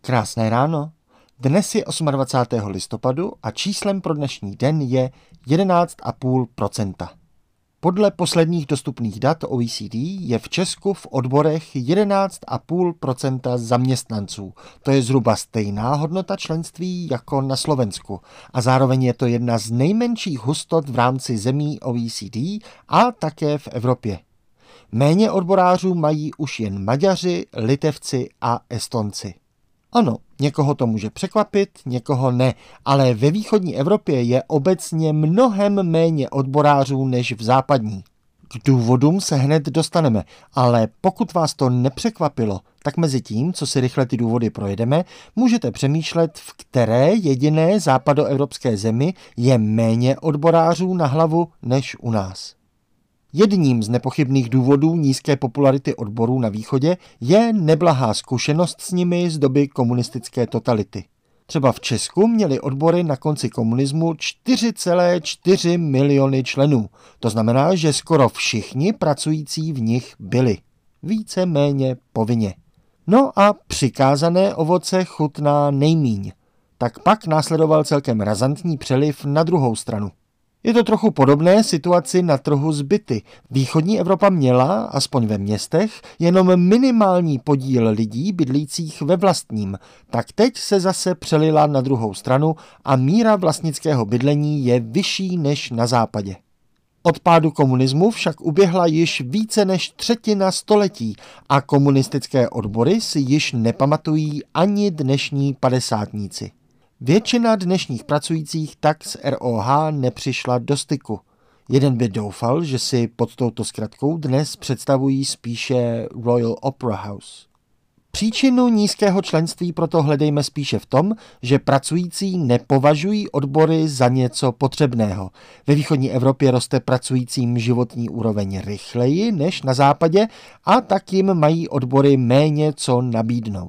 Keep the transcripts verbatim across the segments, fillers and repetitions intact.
Krásné ráno. Dnes je dvacátého osmého listopadu a číslem pro dnešní den je jedenáct celá pět procenta. Podle posledních dostupných dat O E C D je v Česku v odborech jedenáct celá pět procenta zaměstnanců. To je zhruba stejná hodnota členství jako na Slovensku a zároveň je to jedna z nejmenších hustot v rámci zemí O E C D a také v Evropě. Méně odborářů mají už jen Maďaři, Litevci a Estonci. Ano, někoho to může překvapit, někoho ne, ale ve východní Evropě je obecně mnohem méně odborářů než v západní. K důvodům se hned dostaneme, ale pokud vás to nepřekvapilo, tak mezi tím, co si rychle ty důvody projedeme, můžete přemýšlet, v které jediné západoevropské zemi je méně odborářů na hlavu než u nás. Jedním z nepochybných důvodů nízké popularity odborů na východě je neblahá zkušenost s nimi z doby komunistické totality. Třeba v Česku měly odbory na konci komunismu čtyři celé čtyři miliony členů. To znamená, že skoro všichni pracující v nich byli. Více méně povinně. No a přikázané ovoce chutná nejmíň. Tak pak následoval celkem razantní přeliv na druhou stranu. Je to trochu podobné situaci na trhu s byty. Východní Evropa měla, aspoň ve městech, jenom minimální podíl lidí bydlících ve vlastním, tak teď se zase přelila na druhou stranu a míra vlastnického bydlení je vyšší než na západě. Od pádu komunismu však uběhla již více než třetina století a komunistické odbory si již nepamatují ani dnešní padesátníci. Většina dnešních pracujících tak s R O H nepřišla do styku. Jeden by doufal, že si pod touto zkratkou dnes představují spíše Royal Opera House. Příčinu nízkého členství proto hledejme spíše v tom, že pracující nepovažují odbory za něco potřebného. Ve východní Evropě roste pracujícím životní úroveň rychleji než na západě a tak jim mají odbory méně co nabídnout.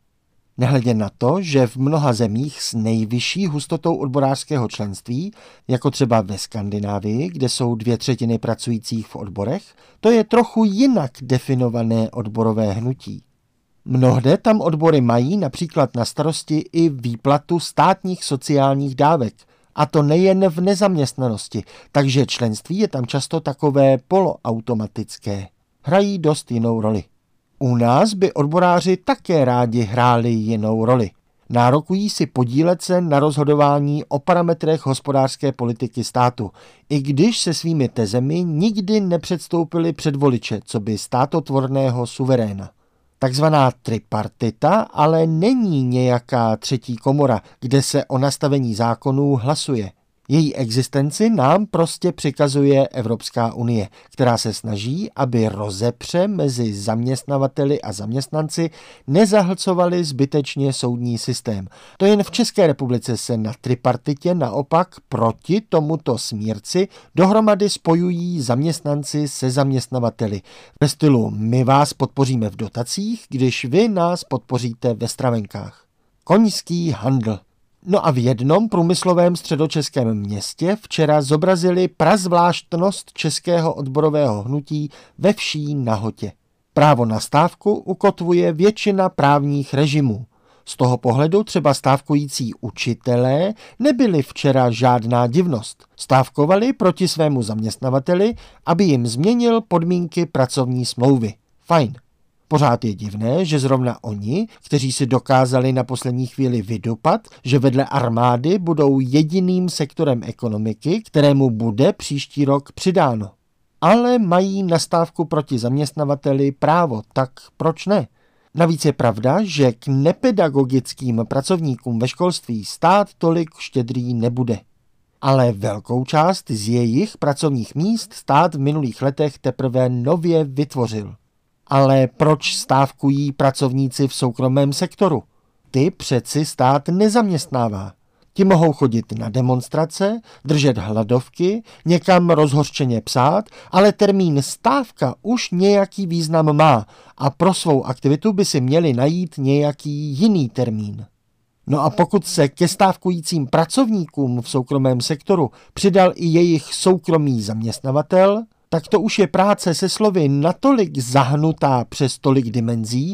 Nehledě na to, že v mnoha zemích s nejvyšší hustotou odborářského členství, jako třeba ve Skandinávii, kde jsou dvě třetiny pracujících v odborech, to je trochu jinak definované odborové hnutí. Mnohde tam odbory mají například na starosti i výplatu státních sociálních dávek, a to nejen v nezaměstnanosti, takže členství je tam často takové poloautomatické. Hrají dost jinou roli. U nás by odboráři také rádi hráli jinou roli. Nárokují si podílet se na rozhodování o parametrech hospodářské politiky státu, i když se svými tezemi nikdy nepředstoupili před voliče, co by státotvorného suveréna. Takzvaná tripartita ale není nějaká třetí komora, kde se o nastavení zákonů hlasuje. Její existenci nám prostě přikazuje Evropská unie, která se snaží, aby rozepře mezi zaměstnavateli a zaměstnanci nezahlcovali zbytečně soudní systém. To jen v České republice se na tripartitě naopak proti tomuto smírci dohromady spojují zaměstnanci se zaměstnavateli. Ve stylu my vás podpoříme v dotacích, když vy nás podpoříte ve stravenkách. Koňský handl. No a v jednom průmyslovém středočeském městě včera zobrazili prazvláštnost českého odborového hnutí ve vší nahotě. Právo na stávku ukotvuje většina právních režimů. Z toho pohledu třeba stávkující učitelé nebyli včera žádná divnost. Stávkovali proti svému zaměstnavateli, aby jim změnil podmínky pracovní smlouvy. Fajn. Pořád je divné, že zrovna oni, kteří si dokázali na poslední chvíli vydupat, že vedle armády budou jediným sektorem ekonomiky, kterému bude příští rok přidáno. Ale mají na stávku proti zaměstnavateli právo, tak proč ne? Navíc je pravda, že k nepedagogickým pracovníkům ve školství stát tolik štědrý nebude. Ale velkou část z jejich pracovních míst stát v minulých letech teprve nově vytvořil. Ale proč stávkují pracovníci v soukromém sektoru? Ty přeci stát nezaměstnává. Ti mohou chodit na demonstrace, držet hladovky, někam rozhořčeně psát, ale termín stávka už nějaký význam má a pro svou aktivitu by si měli najít nějaký jiný termín. No a pokud se ke stávkujícím pracovníkům v soukromém sektoru přidal i jejich soukromý zaměstnavatel, tak to už je práce se slovy natolik zahnutá přes tolik dimenzí,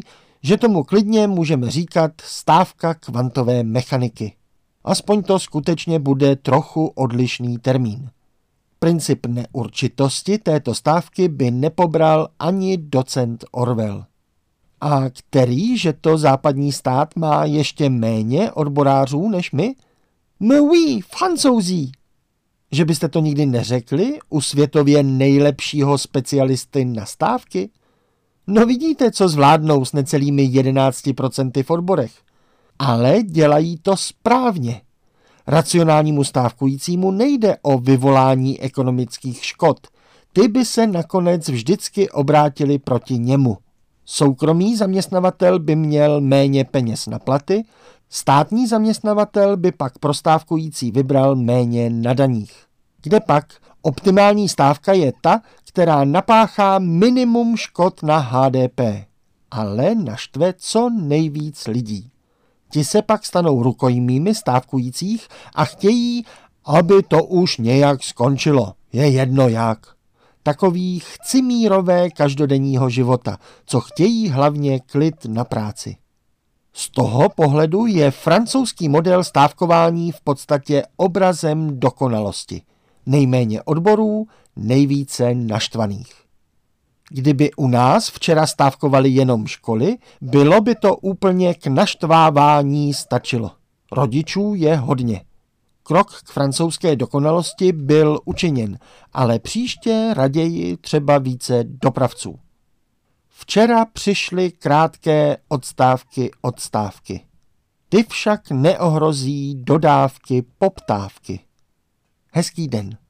že tomu klidně můžeme říkat stávka kvantové mechaniky. Aspoň to skutečně bude trochu odlišný termín. Princip neurčitosti této stávky by nepobral ani docent Orwell. A který, že to západní stát má ještě méně odborářů než my? Mais oui, Francouzí! Že byste to nikdy neřekli u světově nejlepšího specialisty na stávky? No vidíte, co zvládnou s necelými jedenácti procenty v odborech. Ale dělají to správně. Racionálnímu stávkujícímu nejde o vyvolání ekonomických škod. Ty by se nakonec vždycky obrátili proti němu. Soukromý zaměstnavatel by měl méně peněz na platy, státní zaměstnavatel by pak pro stávkující vybral méně na daních. Kde pak optimální stávka je ta, která napáchá minimum škod na H D P, ale naštve co nejvíc lidí. Ti se pak stanou rukojmími stávkujících a chtějí, aby to už nějak skončilo. Je jedno jak. Takový chcimírové každodenního života, co chtějí hlavně klid na práci. Z toho pohledu je francouzský model stávkování v podstatě obrazem dokonalosti. Nejméně odborů, nejvíce naštvaných. Kdyby u nás včera stávkovali jenom školy, bylo by to úplně k naštvávání stačilo. Rodičů je hodně. Krok k francouzské dokonalosti byl učiněn, ale příště raději třeba více dopravců. Včera přišly krátké odstávky odstávky. Ty však neohrozí dodávky poptávky. Hezký den.